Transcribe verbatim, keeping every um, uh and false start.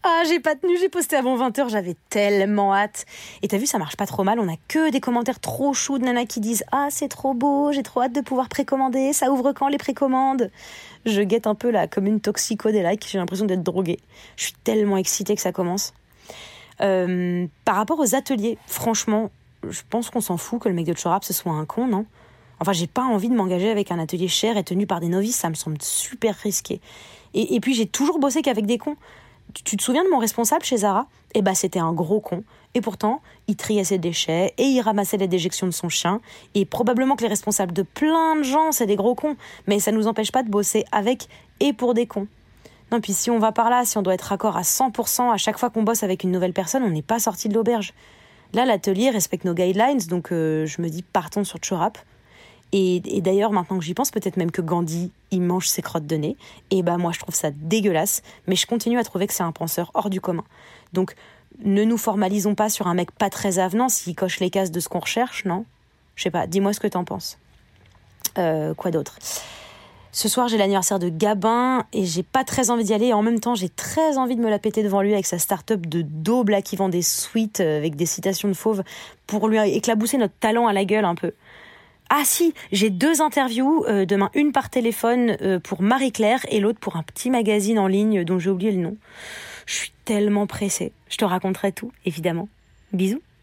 Ah, j'ai pas tenu, j'ai posté avant vingt heures, j'avais tellement hâte. Et t'as vu, ça marche pas trop mal, on a que des commentaires trop choux de nanas qui disent « Ah, c'est trop beau, j'ai trop hâte de pouvoir précommander, ça ouvre quand les précommandes ?» Je guette un peu là, comme une toxico des likes, j'ai l'impression d'être droguée. Je suis tellement excitée que ça commence. Euh, par rapport aux ateliers, franchement, je pense qu'on s'en fout que le mec de Chorap ce soit un con, non ? Enfin, j'ai pas envie de m'engager avec un atelier cher et tenu par des novices, ça me semble super risqué. Et, et puis, j'ai toujours bossé qu'avec des cons. Tu, tu te souviens de mon responsable chez Zara ? Eh ben, c'était un gros con. Et pourtant, il triait ses déchets et il ramassait les déjections de son chien. Et probablement que les responsables de plein de gens, c'est des gros cons. Mais ça nous empêche pas de bosser avec et pour des cons. Non, puis si on va par là, si on doit être raccord à cent pour cent à chaque fois qu'on bosse avec une nouvelle personne, on n'est pas sorti de l'auberge. Là, l'atelier respecte nos guidelines, donc euh, je me dis partons sur Chorap. Et, et d'ailleurs, maintenant que j'y pense, peut-être même que Gandhi, il mange ses crottes de nez. Et bah moi, je trouve ça dégueulasse, mais je continue à trouver que c'est un penseur hors du commun. Donc, ne nous formalisons pas sur un mec pas très avenant s'il coche les cases de ce qu'on recherche, non ? Je sais pas, dis-moi ce que t'en penses. Euh, quoi d'autre ? Ce soir, j'ai l'anniversaire de Gabin et j'ai pas très envie d'y aller. Et en même temps, j'ai très envie de me la péter devant lui avec sa start-up de daube là qui vend des suites avec des citations de fauves pour lui éclabousser notre talent à la gueule un peu. Ah si, j'ai deux interviews, euh, demain une par téléphone euh, pour Marie-Claire et l'autre pour un petit magazine en ligne dont j'ai oublié le nom. Je suis tellement pressée. Je te raconterai tout, évidemment. Bisous.